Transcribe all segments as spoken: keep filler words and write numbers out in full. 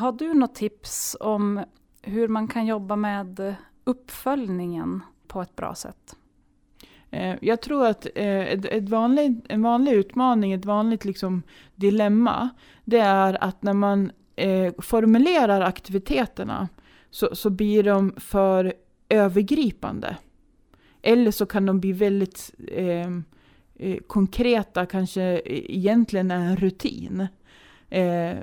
Har du något tips om hur man kan jobba med uppföljningen på ett bra sätt? Jag tror att ett, ett vanligt, en vanlig utmaning, ett vanligt liksom dilemma, det är att när man eh, formulerar aktiviteterna så, så blir de för övergripande. Eller så kan de bli väldigt eh, eh, konkreta, kanske egentligen en rutin. Eh,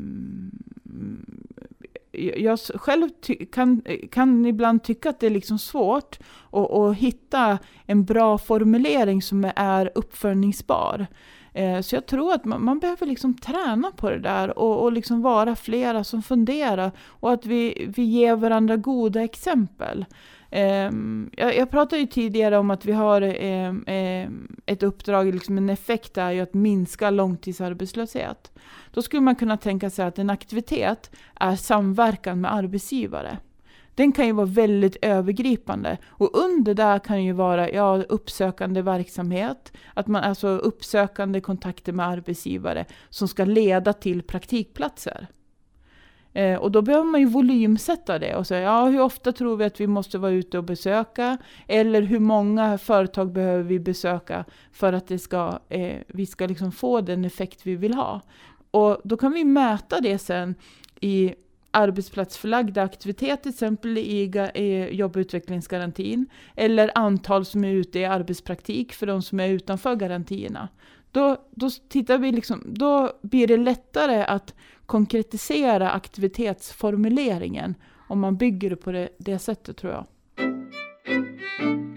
jag själv ty- kan, kan ibland tycka att det är liksom svårt att, att hitta en bra formulering som är uppföljningsbar. Eh, så jag tror att man, man behöver liksom träna på det där och, och liksom vara flera som funderar och att vi, vi ger varandra goda exempel. Eh, jag, jag pratade ju tidigare om att vi har eh, eh, ett uppdrag, liksom en effekt är ju att minska långtidsarbetslöshet. Då skulle man kunna tänka sig att en aktivitet är samverkan med arbetsgivare. Den kan ju vara väldigt övergripande. Och under där kan ju vara ja, uppsökande verksamhet. Att man alltså uppsökande kontakter med arbetsgivare som ska leda till praktikplatser. Eh, och då behöver man ju volymsätta det och säga ja, hur ofta tror vi att vi måste vara ute och besöka, eller hur många företag behöver vi besöka för att det ska, eh, vi ska liksom få den effekt vi vill ha. Och då kan vi mäta det sen i arbetsplatsförlagda aktivitet, till exempel i, i jobbutvecklingsgarantin, eller antal som är ute i arbetspraktik för de som är utanför garantierna. Då, då, tittar vi liksom, då blir det lättare att konkretisera aktivitetsformuleringen om man bygger det på det, det sättet, tror jag.